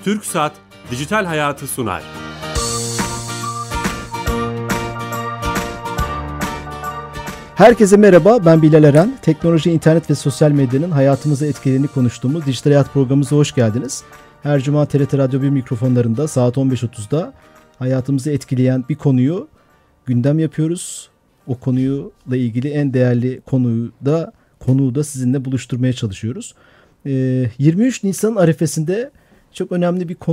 TürkSat Dijital Hayatı sunar. Herkese merhaba, ben Bilal Eren. Teknoloji, internet ve sosyal medyanın hayatımıza etkilerini konuştuğumuz Dijital Hayat programımıza hoş geldiniz. Her cuma TRT Radyo 1 mikrofonlarında saat 15.30'da hayatımızı etkileyen bir konuyu gündem yapıyoruz. O konuyla ilgili en değerli konuyu da sizinle buluşturmaya çalışıyoruz. 23 Nisan arifesinde çok önemli bir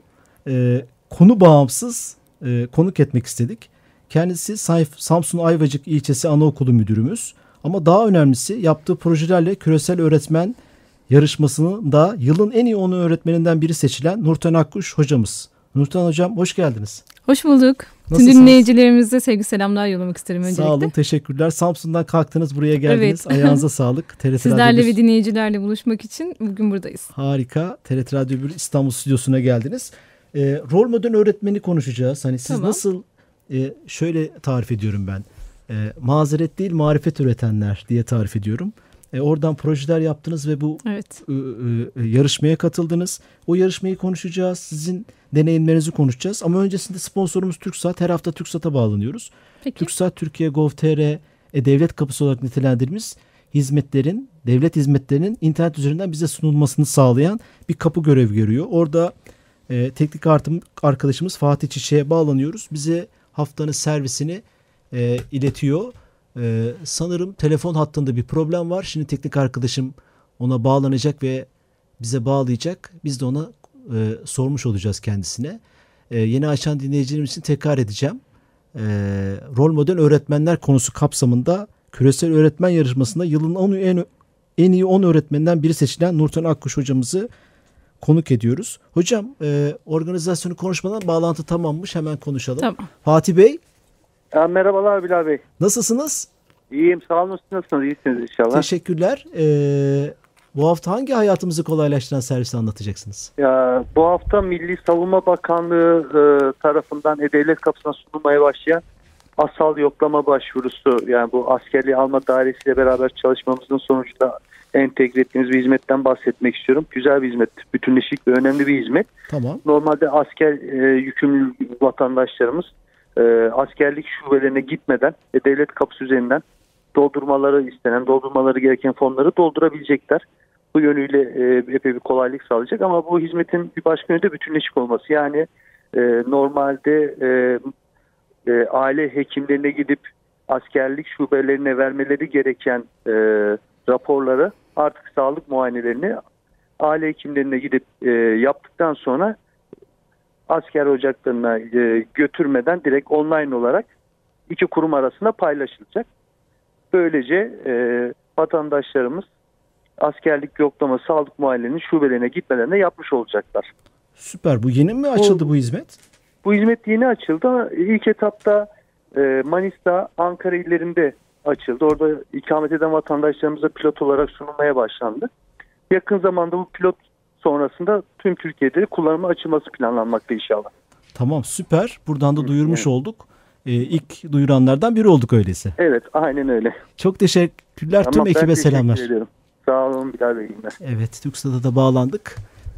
konu bağımsız konuk etmek istedik. Kendisi Samsun Ayvacık ilçesi anaokulu müdürümüz. Ama daha önemlisi yaptığı projelerle küresel öğretmen yarışmasında yılın en iyi 10 öğretmeninden biri seçilen Nurten Akkuş hocamız. Nurten hocam hoş geldiniz. Hoş bulduk. Tüm dinleyicilerimize sevgi selamlar yollamak isterim öncelikle. Sağ olun, teşekkürler. Samsun'dan kalktınız, buraya geldiniz. Evet. Ayağınıza sağlık. TRT Sizlerle ve dinleyicilerle buluşmak için bugün buradayız. Harika. TRT Radyo 1 İstanbul stüdyosuna geldiniz. Rol model öğretmeni konuşacağız. Hani siz nasıl, şöyle tarif ediyorum ben. Mazeret değil marifet üretenler diye tarif ediyorum. Oradan projeler yaptınız ve bu yarışmaya katıldınız. O yarışmayı konuşacağız. Sizin deneyimlerinizi konuşacağız. Ama öncesinde sponsorumuz TürkSat. Her hafta TürkSat'a bağlanıyoruz. Peki. TürkSat Türkiye Gov.tr devlet kapısı olarak nitelendirdiğimiz devlet hizmetlerinin internet üzerinden bize sunulmasını sağlayan bir kapı görevi görüyor. Orada teknik arkadaşımız Fatih Çiçek'e bağlanıyoruz. Bize haftanın servisini iletiyor. Sanırım telefon hattında bir problem var. Şimdi teknik arkadaşım ona bağlanacak ve bize bağlayacak. Biz de ona sormuş olacağız kendisine. Yeni açan dinleyicilerimiz için tekrar edeceğim. Rol model öğretmenler konusu kapsamında küresel öğretmen yarışmasında yılın en iyi 10 öğretmeninden biri seçilen Nurten Akkuş hocamızı konuk ediyoruz. Hocam organizasyonu konuşmadan bağlantı tamammış. Hemen konuşalım. Tamam. Fatih Bey. Merhabalar Bilal Bey. Nasılsınız? İyiyim, sağ olun. Nasılsınız? İyisiniz inşallah. Teşekkürler. Bu hafta hangi hayatımızı kolaylaştıran servisi anlatacaksınız? Bu hafta Milli Savunma Bakanlığı tarafından devlet kapısına sunulmaya başlayan asal yoklama başvurusu, yani bu askerliği alma dairesiyle beraber çalışmamızın sonucunda entegre ettiğimiz bir hizmetten bahsetmek istiyorum. Güzel bir hizmet, bütünleşik ve önemli bir hizmet. Tamam. Normalde asker yükümlü vatandaşlarımız askerlik şubelerine gitmeden devlet kapısı üzerinden doldurmaları gereken fonları doldurabilecekler. Bu yönüyle epey bir kolaylık sağlayacak ama bu hizmetin bir başka yönü de bütünleşik olması. Yani normalde aile hekimlerine gidip askerlik şubelerine vermeleri gereken raporları artık sağlık muayenelerini aile hekimlerine gidip yaptıktan sonra asker ocaklarına götürmeden direkt online olarak iki kurum arasında paylaşılacak. Böylece vatandaşlarımız askerlik yoklama, sağlık muayenelerinin şubelerine gitmeden de yapmış olacaklar. Süper. Bu yeni mi açıldı bu hizmet? Bu hizmet yeni açıldı. İlk etapta Manisa, Ankara illerinde açıldı. Orada ikamet eden vatandaşlarımıza pilot olarak sunulmaya başlandı. Yakın zamanda bu pilot sonrasında tüm Türkiye'de kullanıma açılması planlanmakta inşallah. Tamam, süper. Buradan da duyurmuş olduk. İlk duyuranlardan biri olduk öyleyse. Evet, aynen öyle. Çok teşekkürler. Tüm ekibe selamlar. Teşekkür ederim. Sağ olun Bilal Bey. Evet, TürkSat'a da bağlandık.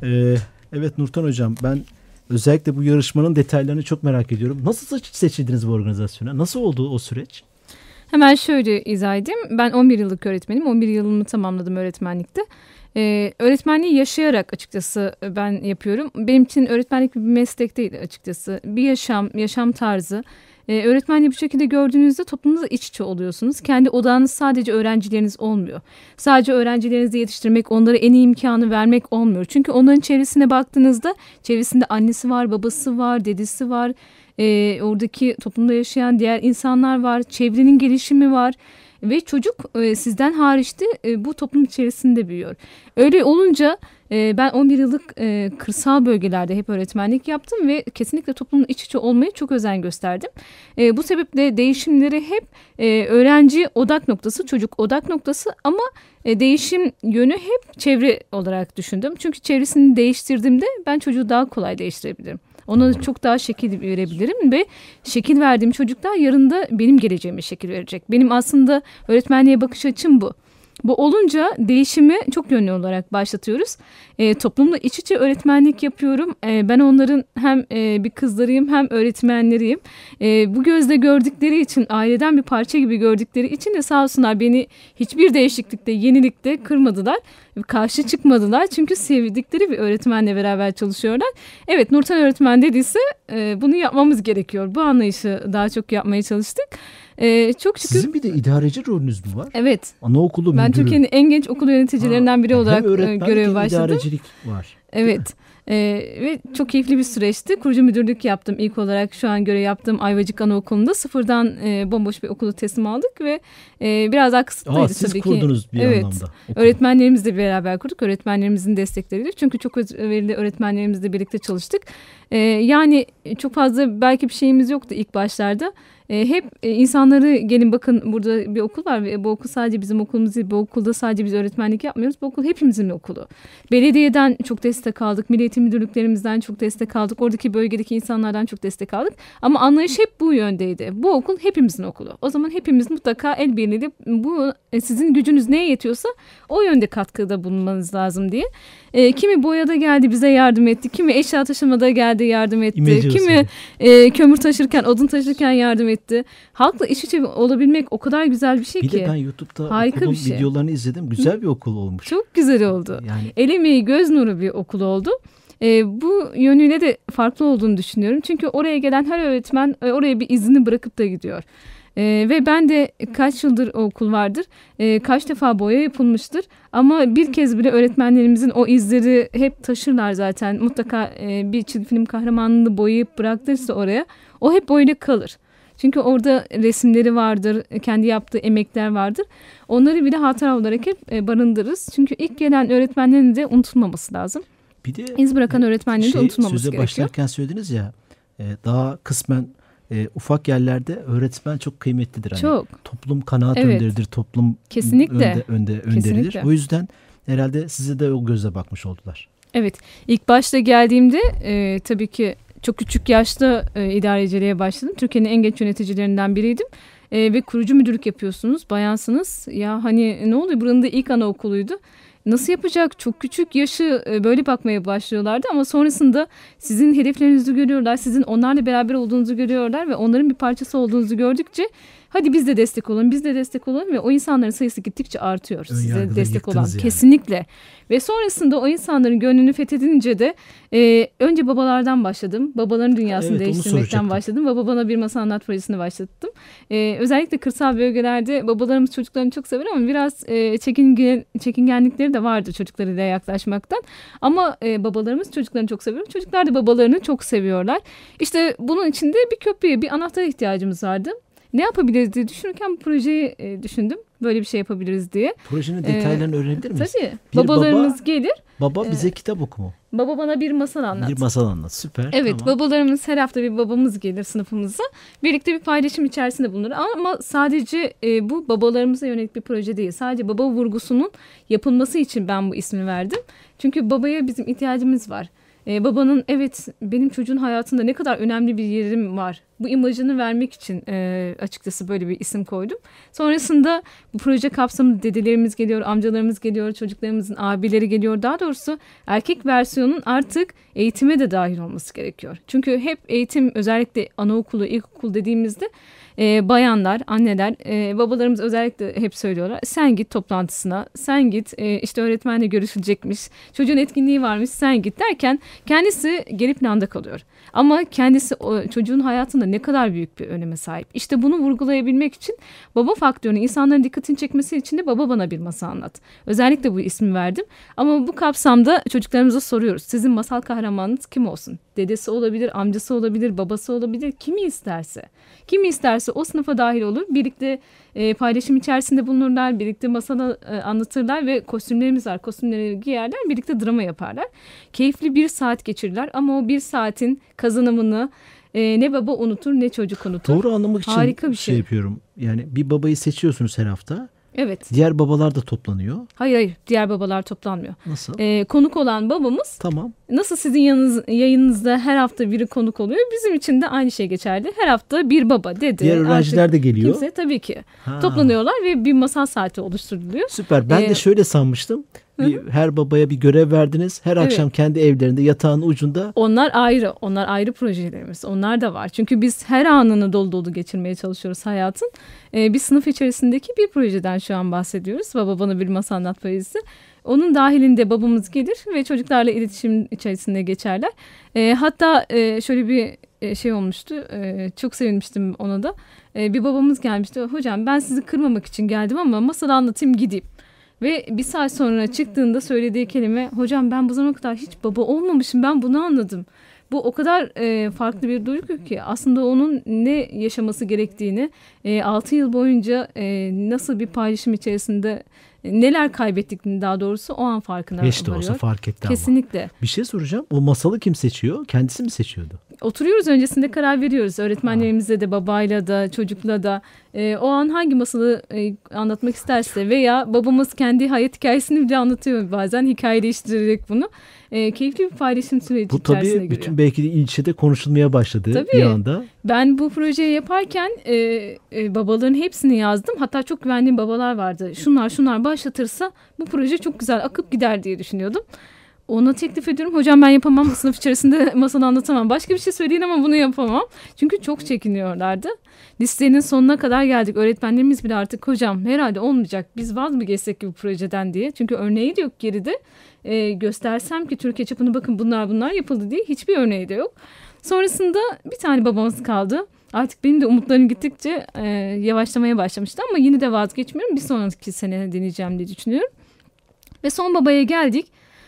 Evet Nurten Hocam, ben özellikle bu yarışmanın detaylarını çok merak ediyorum. Nasıl seçildiniz bu organizasyona? Nasıl oldu o süreç? Hemen şöyle izah edeyim. Ben 11 yıllık öğretmenim. 11 yılımı tamamladım öğretmenlikte. Öğretmenliği yaşayarak açıkçası ben yapıyorum. Benim için öğretmenlik bir meslek değil açıkçası. Bir yaşam tarzı. Öğretmenliği bu şekilde gördüğünüzde toplumda iç içe oluyorsunuz. Kendi odağınız sadece öğrencileriniz olmuyor. Sadece öğrencilerinizi yetiştirmek, onlara en iyi imkanı vermek olmuyor. Çünkü onların çevresine baktığınızda çevresinde annesi var, babası var, dedesi var. Oradaki toplumda yaşayan diğer insanlar var. Çevrenin gelişimi var. Ve çocuk sizden hariçte bu toplum içerisinde büyüyor. Öyle olunca ben 11 yıllık kırsal bölgelerde hep öğretmenlik yaptım ve kesinlikle toplumla iç içe olmaya çok özen gösterdim. Bu sebeple değişimleri hep öğrenci odak noktası, çocuk odak noktası ama değişim yönü hep çevre olarak düşündüm. Çünkü çevresini değiştirdiğimde ben çocuğu daha kolay değiştirebilirim. Ona çok daha şekil verebilirim ve şekil verdiğim çocuklar yarın da benim geleceğime şekil verecek. Benim aslında öğretmenliğe bakış açım bu. Bu olunca değişimi çok yönlü olarak başlatıyoruz. Toplumla iç içe öğretmenlik yapıyorum. Ben onların hem bir kızlarıyım hem öğretmenleriyim. Bu gözle gördükleri için, aileden bir parça gibi gördükleri için de sağ olsunlar beni hiçbir değişiklikte, yenilikte kırmadılar. Karşı çıkmadılar. Çünkü sevdikleri bir öğretmenle beraber çalışıyorlar. Evet, Nurten öğretmen dediyse bunu yapmamız gerekiyor. Bu anlayışı daha çok yapmaya çalıştık. Çok şükür. Sizin bir de idareci rolünüz mü var? Evet. Anaokulu Ben müdürü. Türkiye'nin en genç okul yöneticilerinden biri olarak göreve başladım. İdarecilik var. Evet. Ve çok keyifli bir süreçti. Kurucu müdürlük yaptım ilk olarak. Şu an görev yaptığım Ayvacık Anaokulu'nda sıfırdan bomboş bir okulu teslim aldık ve biraz daha kısıtlıydı tabii ki. Siz kurdunuz bir anlamda. Okulu. Öğretmenlerimizle beraber kurduk. Öğretmenlerimizin destekleriyle. Çünkü çok özverili öğretmenlerimizle birlikte çalıştık. Yani çok fazla belki bir şeyimiz yoktu ilk başlarda. Hep insanları gelin bakın burada bir okul var ve bu okul sadece bizim okulumuz değil. Bu okulda sadece biz öğretmenlik yapmıyoruz. Bu okul hepimizin okulu. Belediyeden çok destek aldık. Milli Eğitim Müdürlüklerimizden çok destek aldık. Oradaki bölgedeki insanlardan çok destek aldık. Ama anlayış hep bu yöndeydi. Bu okul hepimizin okulu. O zaman hepimiz mutlaka el birliğiyle bu sizin gücünüz neye yetiyorsa o yönde katkıda bulunmanız lazım diye. Kimi boyada geldi bize yardım etti. Kimi eşya taşımada geldi yardım etti. Kimi kömür taşırken, odun taşırken yardım etti. Halkla iç içe olabilmek o kadar güzel bir şey ki. Bir de ben YouTube'da okulun videolarını izledim. Güzel bir okul olmuş. Çok güzel oldu. Yani el emeği göz nuru bir okul oldu. Bu yönüyle de farklı olduğunu düşünüyorum. Çünkü oraya gelen her öğretmen oraya bir izini bırakıp da gidiyor. Ve ben de kaç yıldır o okul vardır. Kaç defa boya yapılmıştır. Ama bir kez bile öğretmenlerimizin o izleri hep taşırlar zaten. Mutlaka bir çizgi film kahramanını boyayıp bıraktırsa oraya o hep öyle kalır. Çünkü orada resimleri vardır, kendi yaptığı emekler vardır. Onları bile hatıra olarak hep barındırırız. Çünkü ilk gelen öğretmenlerin de unutulmaması lazım. Bir de İz bırakan öğretmenlerin de unutulmaması söze gerekiyor. Başlarken söylediniz ya, daha kısmen ufak yerlerde öğretmen çok kıymetlidir. Hani çok. Toplum kanaat önderidir, toplum kesinlikle önderilir. Kesinlikle. O yüzden herhalde size de o gözle bakmış oldular. Evet, ilk başta geldiğimde tabii ki çok küçük yaşta idareciliğe başladım. Türkiye'nin en genç yöneticilerinden biriydim. Ve kurucu müdürlük yapıyorsunuz, bayansınız. Ya hani ne oluyor? Buranın da ilk anaokuluydu. Nasıl yapacak? Çok küçük yaşı böyle bakmaya başlıyorlardı ama sonrasında sizin hedeflerinizi görüyorlar. Sizin onlarla beraber olduğunuzu görüyorlar ve onların bir parçası olduğunuzu gördükçe hadi biz de destek olalım, biz de destek olalım ve o insanların sayısı gittikçe artıyor. Size destek olan. Yani. Kesinlikle. Ve sonrasında o insanların gönlünü fethedince de önce babalardan başladım. Babaların dünyasını değiştirmekten başladım. Baba bana bir masal anlat projesini başlattım. Özellikle kırsal bölgelerde babalarımız çocuklarını çok sever ama biraz çekingenlikleri de vardı çocuklarıyla yaklaşmaktan. Ama babalarımız çocuklarını çok seviyor. Çocuklar da babalarını çok seviyorlar. İşte bunun için de bir köprüye, bir anahtara ihtiyacımız vardı. Ne yapabiliriz diye düşünürken bu projeyi düşündüm. Böyle bir şey yapabiliriz diye. Projenin detaylarını öğrenebilir miyiz? Tabii. Babalarımız gelir. Baba bize kitap oku mu? Baba bana bir masal anlat. Bir masal anlat. Süper. Evet, tamam. Babalarımız her hafta bir babamız gelir sınıfımıza. Birlikte bir paylaşım içerisinde bulunur. Ama sadece bu babalarımıza yönelik bir proje değil. Sadece baba vurgusunun yapılması için ben bu ismi verdim. Çünkü babaya bizim ihtiyacımız var. Babanın evet benim çocuğun hayatında ne kadar önemli bir yerim var. Bu imajını vermek için açıkçası böyle bir isim koydum. Sonrasında bu proje kapsamında dedelerimiz geliyor, amcalarımız geliyor, çocuklarımızın abileri geliyor. Daha doğrusu erkek versiyonun artık eğitime de dahil olması gerekiyor. Çünkü hep eğitim özellikle anaokulu, ilkokul dediğimizde bayanlar, anneler, babalarımız özellikle hep söylüyorlar. Sen git toplantısına, sen git işte öğretmenle görüşülecekmiş, çocuğun etkinliği varmış sen git derken kendisi geri planda kalıyor. Ama kendisi çocuğun hayatında ne kadar büyük bir öneme sahip. İşte bunu vurgulayabilmek için baba faktörünü insanların dikkatini çekmesi için de baba bana bir masal anlat. Özellikle bu ismi verdim. Ama bu kapsamda çocuklarımıza soruyoruz. Sizin masal kahramanınız kim olsun? Dedesi olabilir, amcası olabilir, babası olabilir. Kimi isterse. Kimi isterse o sınıfa dahil olur. Birlikte paylaşım içerisinde bulunurlar. Birlikte masalı anlatırlar ve kostümlerimiz var. Kostümleri giyerler. Birlikte drama yaparlar. Keyifli bir saat geçirirler. Ama o bir saatin kazanımını ne baba unutur ne çocuk unutur. Doğru anlamak için harika bir şey yapıyorum. Yani bir babayı seçiyorsunuz her hafta. Evet. Diğer babalar da toplanıyor. Hayır, diğer babalar toplanmıyor. Nasıl? Konuk olan babamız, Tamam. nasıl sizin yayınınızda her hafta biri konuk oluyor, bizim için de aynı şey geçerli. Her hafta bir baba, dede. Diğer öğrenciler de geliyor. Kimse, tabii ki. Toplanıyorlar ve bir masal saati oluşturuluyor. Süper. Ben de şöyle sanmıştım. Her babaya bir görev verdiniz. Her akşam kendi evlerinde yatağın ucunda. Onlar ayrı. Onlar ayrı projelerimiz. Onlar da var. Çünkü biz her anını dolu dolu geçirmeye çalışıyoruz hayatın. Bir sınıf içerisindeki bir projeden şu an bahsediyoruz. Baba bana bir masal anlat projesi. Onun dahilinde babamız gelir ve çocuklarla iletişim içerisinde geçerler. Hatta şöyle bir şey olmuştu. Çok sevinmiştim ona da. Bir babamız gelmişti. Hocam ben sizi kırmamak için geldim ama masal anlatayım gideyim. Ve bir saat sonra çıktığında söylediği kelime, hocam ben bu zamana kadar hiç baba olmamışım, ben bunu anladım. Bu o kadar farklı bir duygu ki aslında onun ne yaşaması gerektiğini 6 yıl boyunca nasıl bir paylaşım içerisinde neler kaybettiklerini daha doğrusu o an farkına varıyor. Geç de olsa fark etti ama. Kesinlikle. Bir şey soracağım. O masalı kim seçiyor? Kendisi mi seçiyordu? Oturuyoruz, öncesinde karar veriyoruz. Öğretmenlerimizle de, babayla da, çocukla da o an hangi masalı anlatmak isterse veya babamız kendi hayat hikayesini bile anlatıyor bazen hikayeleştirerek bunu. Keyifli bir paylaşım süreci bu içerisine giriyor. Bu tabii bütün belki de ilçede konuşulmaya başladı tabii, bir anda. Ben bu projeyi yaparken babaların hepsini yazdım. Hatta çok güvendiğim babalar vardı. Şunlar başlatırsa bu proje çok güzel akıp gider diye düşünüyordum. Ona teklif ediyorum. Hocam ben yapamam. Sınıf içerisinde masal anlatamam. Başka bir şey söyleyin ama bunu yapamam. Çünkü çok çekiniyorlardı. Listenin sonuna kadar geldik. Öğretmenlerimiz bile artık hocam herhalde olmayacak. Biz vaz mı geçsek ki bu projeden diye. Çünkü örneği de yok geride. Göstersem ki Türkiye çapında bakın bunlar yapıldı diye hiçbir örneği de yok. Sonrasında bir tane babamız kaldı. Artık benim de umutlarım gittikçe yavaşlamaya başlamıştı ama yine de vazgeçmiyorum. Bir sonraki sene deneyeceğim diye düşünüyorum. Ve son babaya geldik.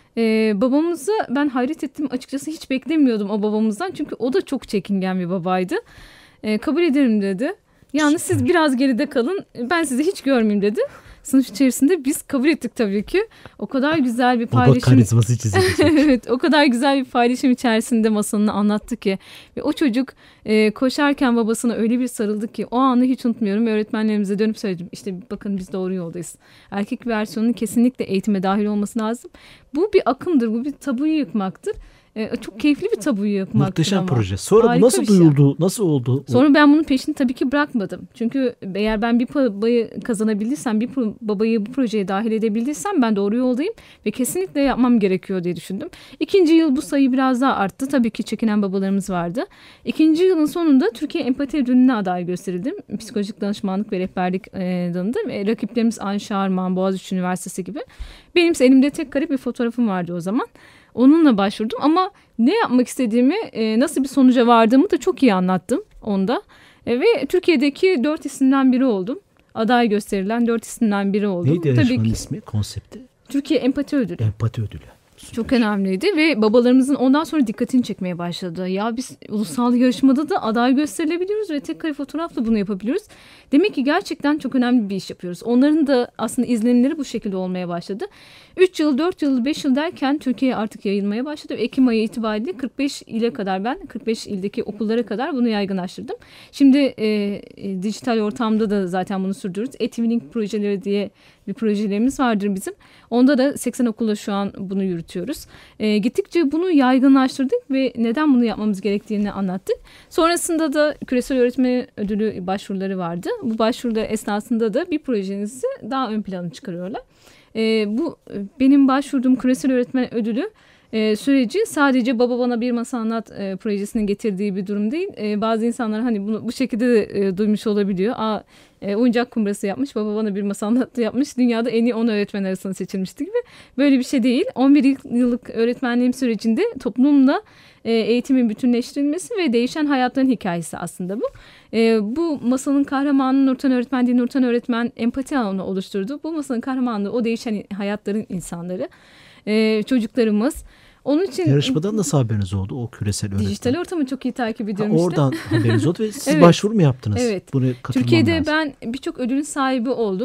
Babamıza ben hayret ettim açıkçası, hiç beklemiyordum o babamızdan çünkü o da çok çekingen bir babaydı. Kabul ederim dedi. Yalnız siz biraz geride kalın, ben sizi hiç görmeyeyim dedi. Sınıf içerisinde biz kabul ettik tabii ki. O kadar güzel bir paylaşım. Baba karizması çizilecek. Evet, o kadar güzel bir paylaşım içerisinde masalını anlattı ki. Ve o çocuk koşarken babasına öyle bir sarıldı ki o anı hiç unutmuyorum. Öğretmenlerimize dönüp söyledim. İşte bakın biz doğru yoldayız. Erkek versiyonunun kesinlikle eğitime dahil olması lazım. Bu bir akımdır, bu bir tabuyu yıkmaktır. Çok keyifli bir tabuyu yıkmaktır. Muhteşem ama. proje. Sonra Harika bu nasıl duyuldu? Nasıl oldu? Sonra ben bunun peşini tabii ki bırakmadım. Çünkü eğer ben bir babayı kazanabildiysem, bir babayı bu projeye dahil edebildiysem ben doğru yoldayım ve kesinlikle yapmam gerekiyor diye düşündüm. 2. yıl bu sayı biraz daha arttı. Tabii ki çekinen babalarımız vardı. 2. yılın sonunda Türkiye Empati Ödülü'ne aday gösterildim. Psikolojik danışmanlık ve rehberlik dalında. Rakiplerimiz Ayşe Armağan, Boğaziçi Üniversitesi gibi. Benim elimde tek kare bir fotoğrafım vardı o zaman. Onunla başvurdum ama ne yapmak istediğimi, nasıl bir sonuca vardığımı da çok iyi anlattım onda. Ve Türkiye'deki 4 isimden biri oldum. Aday gösterilen 4 isimden biri oldum. Neydi yarışmanın ismi, konsepti? Türkiye Empati Ödülü. Empati Ödülü. Çok önemliydi ve babalarımızın ondan sonra dikkatini çekmeye başladı. Ya biz ulusal yarışmada da aday gösterilebiliyoruz ve tek kare fotoğrafla bunu yapabiliyoruz. Demek ki gerçekten çok önemli bir iş yapıyoruz. Onların da aslında izlenimleri bu şekilde olmaya başladı. 3 yıl, 4 yıl, 5 yıl derken Türkiye'ye artık yayılmaya başladı. Ekim ayı itibariyle 45 ile kadar 45 ildeki okullara kadar bunu yaygınlaştırdım. Şimdi dijital ortamda da zaten bunu sürdürüyoruz. E-Twinning projeleri diye bir projelerimiz vardır bizim. Onda da 80 okulda şu an bunu yürütüyoruz. Gittikçe bunu yaygınlaştırdık ve neden bunu yapmamız gerektiğini anlattık. Sonrasında da küresel öğretmen ödülü başvuruları vardı. Bu başvurular esnasında da bir projenizi daha ön plana çıkarıyorlar. Bu benim başvurduğum küresel öğretmen ödülü süreci sadece Baba Bana Bir Masal Anlat projesinin getirdiği bir durum değil. Bazı insanlar hani bunu bu şekilde de duymuş olabiliyor. Oyuncak kumbarası yapmış, Baba Bana Bir Masal Anlat yapmış. Dünyada en iyi 10 öğretmen arasında seçilmişti gibi. Böyle bir şey değil. 11 yıllık öğretmenliğim sürecinde toplumla eğitimin bütünleştirilmesi ve değişen hayatların hikayesi aslında bu. Bu masalın kahramanı Nurten Öğretmen değil, Nurten Öğretmen empati alanı oluşturdu. Bu masalın kahramanı o değişen hayatların insanları, çocuklarımız. Onun için yarışmadan nasıl haberiniz oldu o küresel öğretmen? Dijital ortamı çok iyi takip ediyorum işte. Oradan haberiniz oldu ve siz Evet. başvuru mu yaptınız? Evet. Buraya Türkiye'de lazım. ben birçok ödülün sahibi oldum.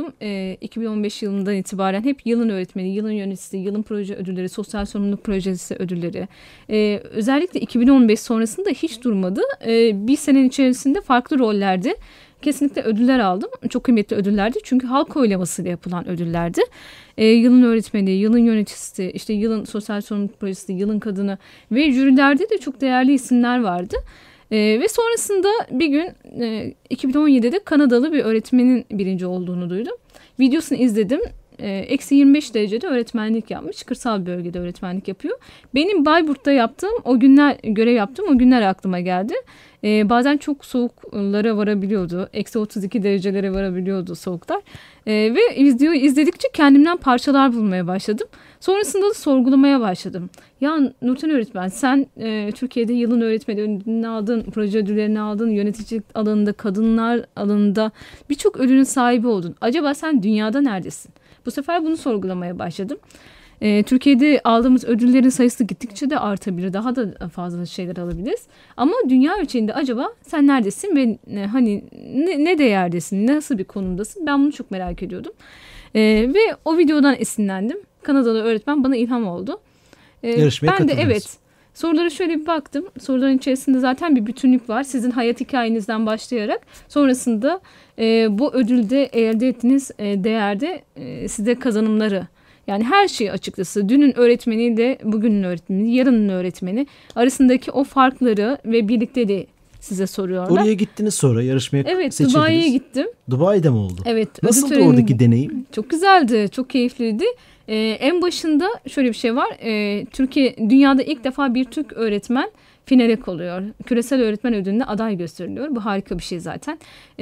2015 yılından itibaren hep yılın öğretmeni, yılın yöneticisi, yılın proje ödülleri, sosyal sorumluluk projesi ödülleri. Özellikle 2015 sonrasında hiç durmadı. Bir senenin içerisinde farklı rollerde kesinlikle ödüller aldım. Çok kıymetli ödüllerdi. Çünkü halk oylamasıyla yapılan ödüllerdi. Yılın öğretmeni, yılın yöneticisi, işte yılın sosyal sorumluluk projesi, yılın kadını ve jürilerde de çok değerli isimler vardı. Ve sonrasında bir gün 2017'de Kanadalı bir öğretmenin birinci olduğunu duydum. Videosunu izledim. Eksi 25 derecede öğretmenlik yapmış. Kırsal bölgede öğretmenlik yapıyor. Benim Bayburt'ta görev yaptığım o günler aklıma geldi. Bazen çok soğuklara varabiliyordu. Eksi 32 derecelere varabiliyordu soğuklar. Ve videoyu izledikçe kendimden parçalar bulmaya başladım. Sonrasında da sorgulamaya başladım. Ya Nurten öğretmen, sen Türkiye'de yılın öğretmeni ödülünü aldın, proje ödüllerini aldın, yöneticilik alanında, kadınlar alanında birçok ödülün sahibi oldun. Acaba sen dünyada neredesin? Bu sefer bunu sorgulamaya başladım. Türkiye'de aldığımız ödüllerin sayısı gittikçe de artabilir. Daha da fazla şeyler alabiliriz. Ama dünya ölçeğinde acaba sen neredesin ve hani ne değerdesin, nasıl bir konumdasın? Ben bunu çok merak ediyordum. Ve o videodan esinlendim. Kanadalı öğretmen bana ilham oldu. Yarışmaya ben de katıldınız. sorulara şöyle bir baktım. Soruların içerisinde zaten bir bütünlük var. Sizin hayat hikayenizden başlayarak sonrasında bu ödülde elde ettiğiniz değerde size kazanımları, yani her şey açıkçası dünün öğretmeniyle bugünün öğretmeni, yarının öğretmeni arasındaki o farkları ve birlikteliği size soruyorlar. Oraya gittiniz sonra yarışmaya seçildiniz. Dubai'ye gittim. Dubai'de mi oldu? Evet. Nasıldı oradaki deneyim? Çok güzeldi, çok keyifliydi. En başında şöyle bir şey var. Dünyada ilk defa bir Türk öğretmen finale kalıyor. Küresel öğretmen ödülüne aday gösteriliyor. Bu harika bir şey zaten.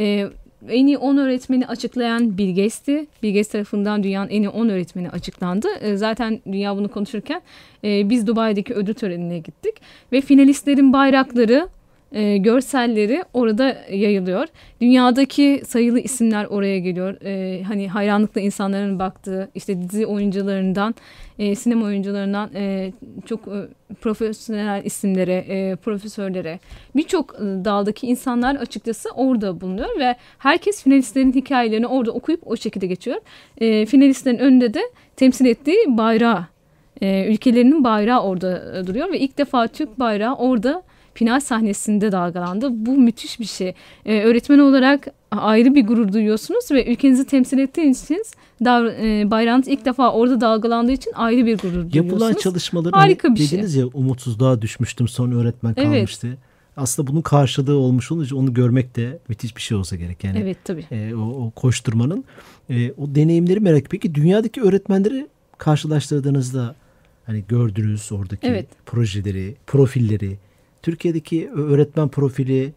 En iyi 10 öğretmeni açıklayan Bill Gates'ti. Bill Gates tarafından dünyanın en iyi 10 öğretmeni açıklandı. Zaten dünya bunu konuşurken biz Dubai'deki ödül törenine gittik. Ve finalistlerin bayrakları, görselleri orada yayılıyor. Dünyadaki sayılı isimler oraya geliyor. Hani hayranlıkla insanların baktığı, işte dizi oyuncularından, sinema oyuncularından çok profesyonel isimlere, profesörlere, birçok daldaki insanlar açıkçası orada bulunuyor ve herkes finalistlerin hikayelerini orada okuyup o şekilde geçiyor. Finalistlerin önünde de temsil ettiği bayrağı, ülkelerinin bayrağı orada duruyor ve ilk defa Türk bayrağı orada final sahnesinde dalgalandı. Bu müthiş bir şey. Öğretmen olarak ayrı bir gurur duyuyorsunuz ve ülkenizi temsil ettiğiniz için bayrağınız ilk defa orada dalgalandığı için ayrı bir gurur duyuyorsunuz. Yapılan çalışmaların harika bir dediniz şey. Ya umutsuzluğa düşmüştüm, sonra öğretmen kalmıştı. Evet. Aslında bunun karşılığı olmuş olunca onu görmek de müthiş bir şey olsa gerek. Yani, evet tabii. O koşturmanın o deneyimleri merak. Peki dünyadaki öğretmenleri karşılaştırdığınızda hani gördüğünüz oradaki projeleri, profilleri, Türkiye'deki öğretmen profili,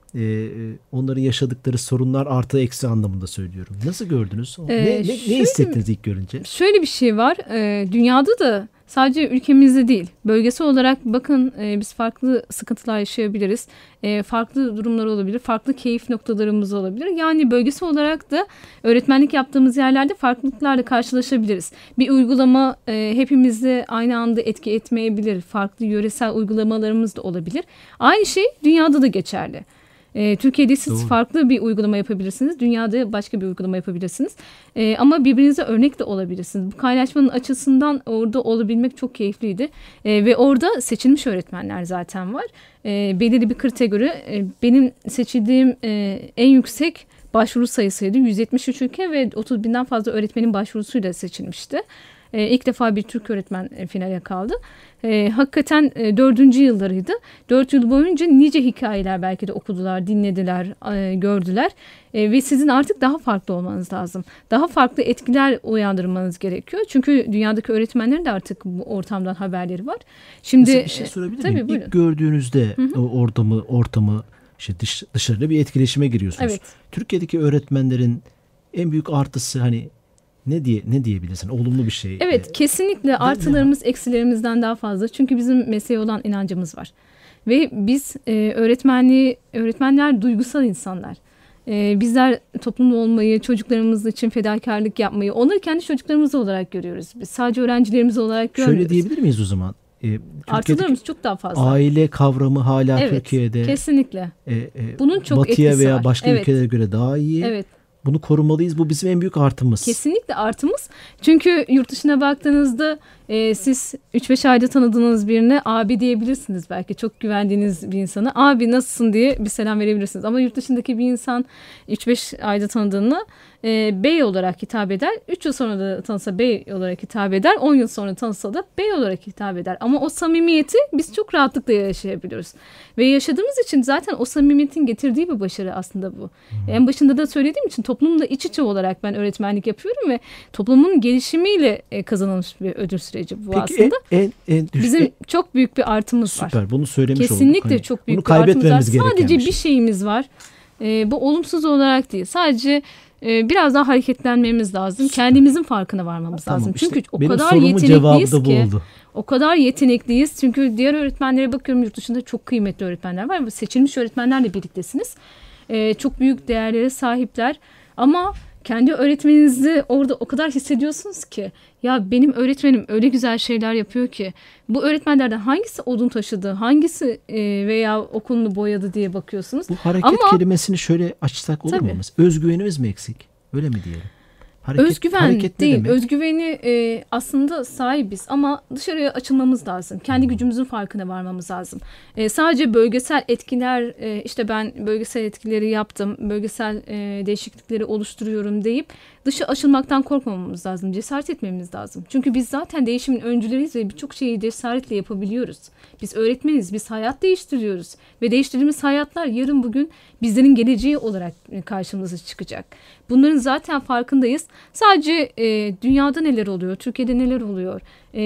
onların yaşadıkları sorunlar artı eksi anlamında söylüyorum. Nasıl gördünüz? Ne hissettiniz ilk görünce? Şöyle bir şey var. Dünyada da sadece ülkemizde değil, bölgesel olarak bakın biz farklı sıkıntılar yaşayabiliriz. Farklı durumlar olabilir, farklı keyif noktalarımız olabilir. Yani bölgesel olarak da öğretmenlik yaptığımız yerlerde farklılıklarla karşılaşabiliriz. Bir uygulama hepimizde aynı anda etki etmeyebilir. Farklı yöresel uygulamalarımız da olabilir. Aynı şey dünyada da geçerli. Türkiye'de siz farklı bir uygulama yapabilirsiniz. Dünyada başka bir uygulama yapabilirsiniz. Ama birbirinize örnek de olabilirsiniz. Bu kaynaşmanın açısından orada olabilmek çok keyifliydi. Ve orada seçilmiş öğretmenler zaten var. Belirli bir kritere göre benim seçildiğim en yüksek başvuru sayısıydı. 173 ülke ve 30 binden fazla öğretmenin başvurusuyla seçilmişti. İlk defa bir Türk öğretmen finale kaldı. Hakikaten 4. yıllarıydı. 4 yıl boyunca nice hikayeler belki de okudular, dinlediler, gördüler. Ve sizin artık daha farklı olmanız lazım. Daha farklı etkiler uyandırmanız gerekiyor. Çünkü dünyadaki öğretmenlerin de artık bu ortamdan haberleri var. Şimdi bir şey sorabilir miyim? Buyurun. İlk gördüğünüzde o ortamı işte dışarıda bir etkileşime giriyorsunuz. Evet. Türkiye'deki öğretmenlerin en büyük artısı hani ne diyebilirsin? Olumlu bir şey. Evet, kesinlikle artılarımız eksilerimizden daha fazla. Çünkü bizim mesleğe olan inancımız var. Ve biz öğretmenler duygusal insanlar. Bizler toplumda olmayı, çocuklarımız için fedakarlık yapmayı, onları kendi çocuklarımız olarak görüyoruz. Biz sadece öğrencilerimiz olarak görmüyoruz. Şöyle diyebilir miyiz o zaman? Artılarımız çok daha fazla. Aile kavramı hala Türkiye'de. Kesinlikle. Bunun çok Batı'ya etkisi veya var. başka ülkelere göre daha iyi. Evet. Bunu korumalıyız. Bu bizim en büyük artımız. Kesinlikle artımız. Çünkü yurt dışına baktığınızda siz 3-5 ayda tanıdığınız birine abi diyebilirsiniz belki. Çok güvendiğiniz bir insana abi nasılsın diye bir selam verebilirsiniz. Ama yurt dışındaki bir insan 3-5 ayda tanıdığını bey olarak hitap eder. 3 yıl sonra da tanısa bey olarak hitap eder. 10 yıl sonra tanısa da bey olarak hitap eder. Ama o samimiyeti biz çok rahatlıkla yaşayabiliyoruz. Ve yaşadığımız için zaten o samimiyetin getirdiği bir başarı aslında bu. En başında da söylediğim için toplumla iç içe olarak ben öğretmenlik yapıyorum ve toplumun gelişimiyle kazanılmış bir ödül süreci bu. Peki, aslında. Bizim çok büyük bir artımız var. Süper, bunu söylemiş olduk. Kesinlikle hani, çok büyük bir artımız var. Sadece bir şeyimiz var. Bu olumsuz olarak değil. Sadece biraz daha hareketlenmemiz lazım. Kendimizin farkına varmamız lazım. İşte çünkü o kadar yetenekliyiz ki. Oldu. O kadar yetenekliyiz. Çünkü diğer öğretmenlere bakıyorum, yurt dışında çok kıymetli öğretmenler var. Seçilmiş öğretmenlerle birliktesiniz. Çok büyük değerlere sahipler. Ama kendi öğretmeninizi orada o kadar hissediyorsunuz ki ya benim öğretmenim öyle güzel şeyler yapıyor ki bu öğretmenlerden hangisi odun taşıdı, hangisi veya okulunu boyadı diye bakıyorsunuz. Bu hareket kelimesini şöyle açsak olur mu? Özgüvenimiz mi eksik? Öyle mi diyelim? Özgüven değil. Özgüveni aslında sahibiz ama dışarıya açılmamız lazım. Kendi gücümüzün farkına varmamız lazım. Sadece bölgesel etkiler, işte ben bölgesel etkileri yaptım, bölgesel değişiklikleri oluşturuyorum deyip dışa açılmaktan korkmamamız lazım. Cesaret etmemiz lazım. Çünkü biz zaten değişimin öncüleriyiz ve birçok şeyi cesaretle yapabiliyoruz. Biz öğretmeniz, biz hayat değiştiriyoruz. Ve değiştirdiğimiz hayatlar yarın bugün bizlerin geleceği olarak karşımıza çıkacak. Bunların zaten farkındayız. Sadece dünyada neler oluyor, Türkiye'de neler oluyor?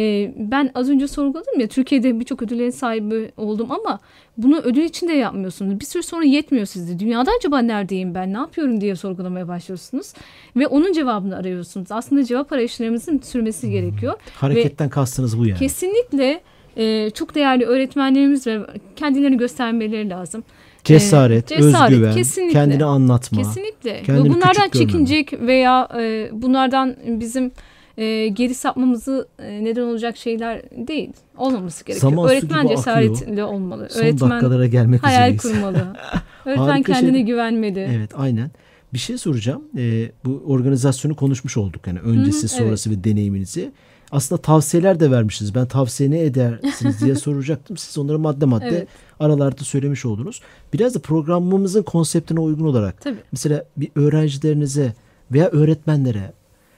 Ben az önce sorguladım ya, Türkiye'de birçok ödüllerin sahibi oldum ama bunu ödül için de yapmıyorsunuz. Bir süre sonra yetmiyor sizde. Dünyada acaba neredeyim ben, ne yapıyorum diye sorgulamaya başlıyorsunuz. Ve onun cevabını arıyorsunuz. Aslında cevap arayışlarımızın sürmesi gerekiyor. Hareketten kastınız bu yani. Kesinlikle çok değerli öğretmenlerimiz ve kendilerini göstermeleri lazım. Cesaret, özgüven, kesinlikle. Kendini anlatma. Kesinlikle. Bunlardan çekinecek veya bunlardan bizim geri sapmamızı neden olacak şeyler değil. Olmaması gerekiyor. Zaman öğretmen cesaretli olmalı. Son öğretmen dakikalara gelmek hayal üzereyiz. kurmalı. Öğretmen kendine güvenmeli. Evet, aynen. Bir şey soracağım. Bu organizasyonu konuşmuş olduk. Yani öncesi, sonrası ve deneyiminizi. Aslında tavsiyeler de vermişsiniz. Ben tavsiye ne edersiniz diye soracaktım. Siz onları madde madde aralarda söylemiş oldunuz. Biraz da programımızın konseptine uygun olarak mesela bir öğrencilerinize veya öğretmenlere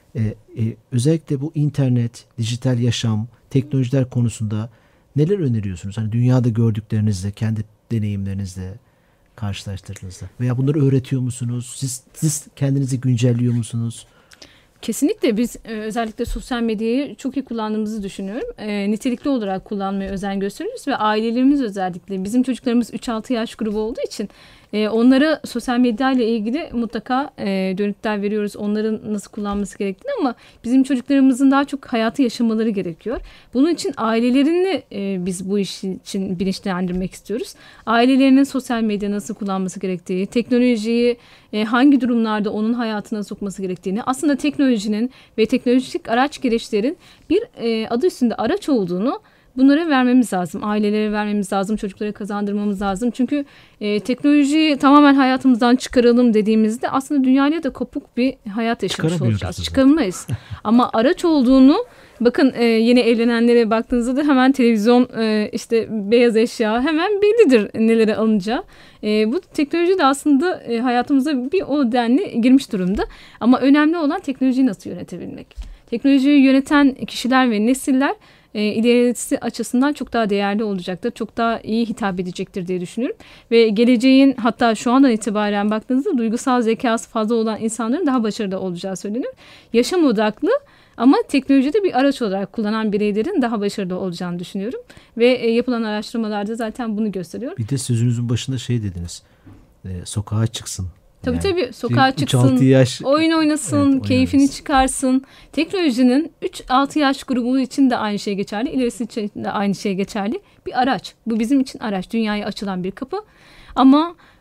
özellikle bu internet, dijital yaşam, teknolojiler konusunda neler öneriyorsunuz? Hani dünyada gördüklerinizle, kendi deneyimlerinizle karşılaştırdığınızda veya bunları öğretiyor musunuz? Siz kendinizi güncelliyor musunuz? Kesinlikle biz özellikle sosyal medyayı çok iyi kullandığımızı düşünüyorum. Nitelikli olarak kullanmaya özen gösteriyoruz ve ailelerimiz özellikle bizim çocuklarımız 3-6 yaş grubu olduğu için onlara sosyal medya ile ilgili mutlaka dönütler veriyoruz. Onların nasıl kullanması gerektiğini ama bizim çocuklarımızın daha çok hayatı yaşamaları gerekiyor. Bunun için ailelerini biz bu iş için bilinçlendirmek istiyoruz. Ailelerinin sosyal medya nasıl kullanması gerektiği, teknolojiyi hangi durumlarda onun hayatına sokması gerektiğini, aslında teknolojinin ve teknolojik araç gereçlerin bir adı üstünde araç olduğunu bunlara vermemiz lazım. Ailelere vermemiz lazım. Çocuklara kazandırmamız lazım. Çünkü teknolojiyi tamamen hayatımızdan çıkaralım dediğimizde aslında dünyayla da kopuk bir hayat yaşamış olacağız. Çıkaramayız. Ama araç olduğunu bakın yeni evlenenlere baktığınızda da hemen televizyon, işte beyaz eşya hemen bellidir nelere alınacağı. Bu teknoloji de aslında hayatımıza bir o denli girmiş durumda. Ama önemli olan teknolojiyi nasıl yönetebilmek. Teknolojiyi yöneten kişiler ve nesiller ilerisi açısından çok daha değerli olacaktır. Çok daha iyi hitap edecektir diye düşünüyorum. Ve geleceğin hatta şu andan itibaren baktığınızda duygusal zekası fazla olan insanların daha başarılı olacağı söyleniyor. Yaşam odaklı ama teknolojide bir araç olarak kullanan bireylerin daha başarılı olacağını düşünüyorum. Ve yapılan araştırmalarda zaten bunu gösteriyor. Bir de sözünüzün başında şey dediniz. Sokağa çıksın. Tabii sokağa çıksın, oyun oynasın, keyfini çıkarsın. Teknolojinin 3-6 yaş grubu için de aynı şey geçerli, ilerisi için de aynı şey geçerli. Bir araç. Bu bizim için araç. Dünyaya açılan bir kapı. Ama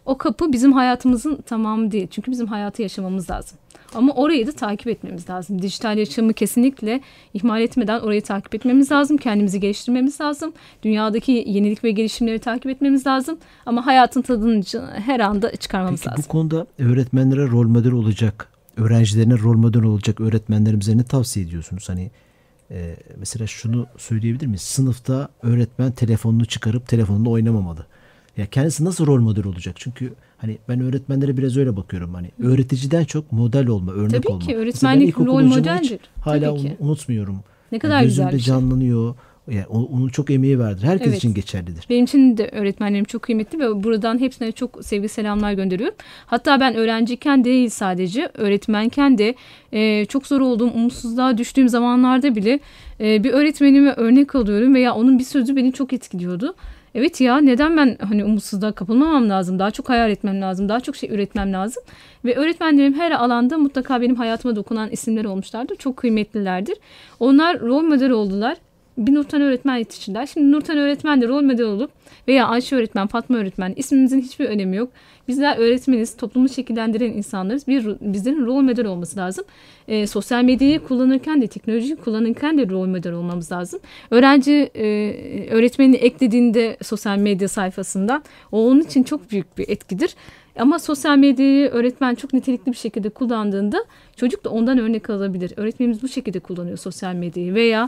O kapı bizim hayatımızın tamamı değil. Çünkü bizim hayatı yaşamamız lazım. Ama orayı da takip etmemiz lazım. Dijital yaşamı kesinlikle ihmal etmeden orayı takip etmemiz lazım. Kendimizi geliştirmemiz lazım. Dünyadaki yenilik ve gelişimleri takip etmemiz lazım. Ama hayatın tadını her anda çıkarmamız Peki, lazım. bu konuda öğretmenlere rol model olacak, öğrencilerine rol model olacak öğretmenlerimize ne tavsiye ediyorsunuz? Hani mesela şunu söyleyebilir miyiz? Sınıfta öğretmen telefonunu çıkarıp telefonla oynamamalı. Ya kendisi nasıl rol model olacak? Çünkü hani ben öğretmenlere biraz öyle bakıyorum. Hani öğreticiden çok model olma, örnek Tabii olma. ki Mesela ben öğretmenlik ilkokul rol hocamı modeldir. hiç hala Tabii ki. unutmuyorum. Ne kadar güzel gözümde bir şey. canlanıyor. Yani onun çok emeği vardır. Herkes Evet. için geçerlidir. Benim için de öğretmenlerim çok kıymetli ve buradan hepsine çok sevgi selamlar gönderiyorum. Hatta ben öğrenciyken değil, sadece öğretmenken de çok zor olduğum, umutsuzluğa düştüğüm zamanlarda bile bir öğretmenime örnek alıyorum veya onun bir sözü beni çok etkiliyordu. Evet ya, neden ben hani umutsuzluğa kapılmamam lazım? Daha çok hayal etmem lazım. Daha çok şey üretmem lazım. Ve öğretmenlerim her alanda mutlaka benim hayatıma dokunan isimler olmuşlardır. Çok kıymetlilerdir. Onlar rol model oldular. Bir Nurten öğretmen yetiştirdiler. Şimdi Nurten öğretmen de rol model olup veya Ayşe öğretmen, Fatma öğretmen, ismimizin hiçbir önemi yok. Bizler öğretmeniz, toplumu şekillendiren insanlarız. Bizlerin rol model olması lazım. Sosyal medyayı kullanırken de, teknolojiyi kullanırken de rol model olmamız lazım. Öğrenci öğretmenini eklediğinde sosyal medya sayfasından, o onun için çok büyük bir etkidir. Ama sosyal medyayı öğretmen çok nitelikli bir şekilde kullandığında çocuk da ondan örnek alabilir. Öğretmenimiz bu şekilde kullanıyor sosyal medyayı veya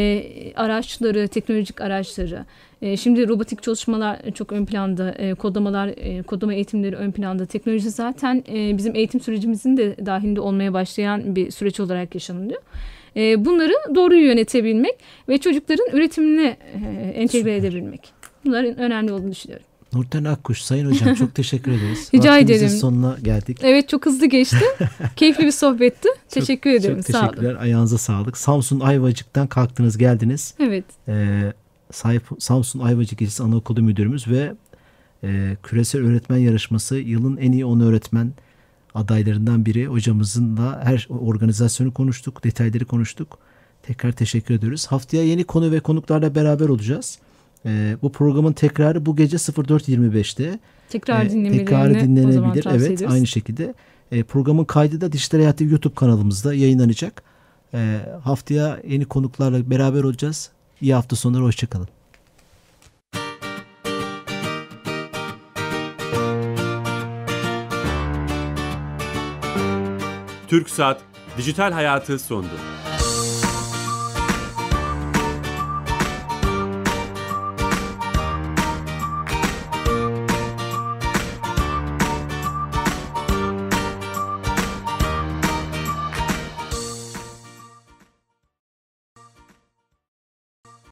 araçları, teknolojik araçları. Şimdi robotik çalışmalar çok ön planda, kodlama eğitimleri ön planda. Teknoloji zaten bizim eğitim sürecimizin de dahilinde olmaya başlayan bir süreç olarak yaşanılıyor. Bunları doğru yönetebilmek ve çocukların üretimine entegre edebilmek. Bunların önemli olduğunu düşünüyorum. Nurten Akkuş, Sayın Hocam çok teşekkür ederiz. Rica Vaktimizin ederim. sonuna geldik. Evet, çok hızlı geçti. Keyifli bir sohbetti. Teşekkür ederim. Çok Sağ olun. teşekkürler. Ayağınıza sağlık. Samsun Ayvacık'tan kalktınız, geldiniz. Evet. Samsun Ayvacık İlçesi Anaokulu Müdürümüz ve küresel öğretmen yarışması yılın en iyi 10 öğretmen adaylarından biri. Hocamızınla her organizasyonu konuştuk, detayları konuştuk. Tekrar teşekkür ediyoruz. Haftaya yeni konu ve konuklarla beraber olacağız. Bu programın tekrarı bu gece 04.25'te. Tekrar dinlemelerini Tekrar o zaman dinlenebilir. tavsiye Evet, ediyoruz. aynı şekilde. Programın kaydı da Dijital Hayat YouTube kanalımızda yayınlanacak. Haftaya yeni konuklarla beraber olacağız. İyi hafta sonları, hoşçakalın. TürkSat Dijital Hayatı sondu.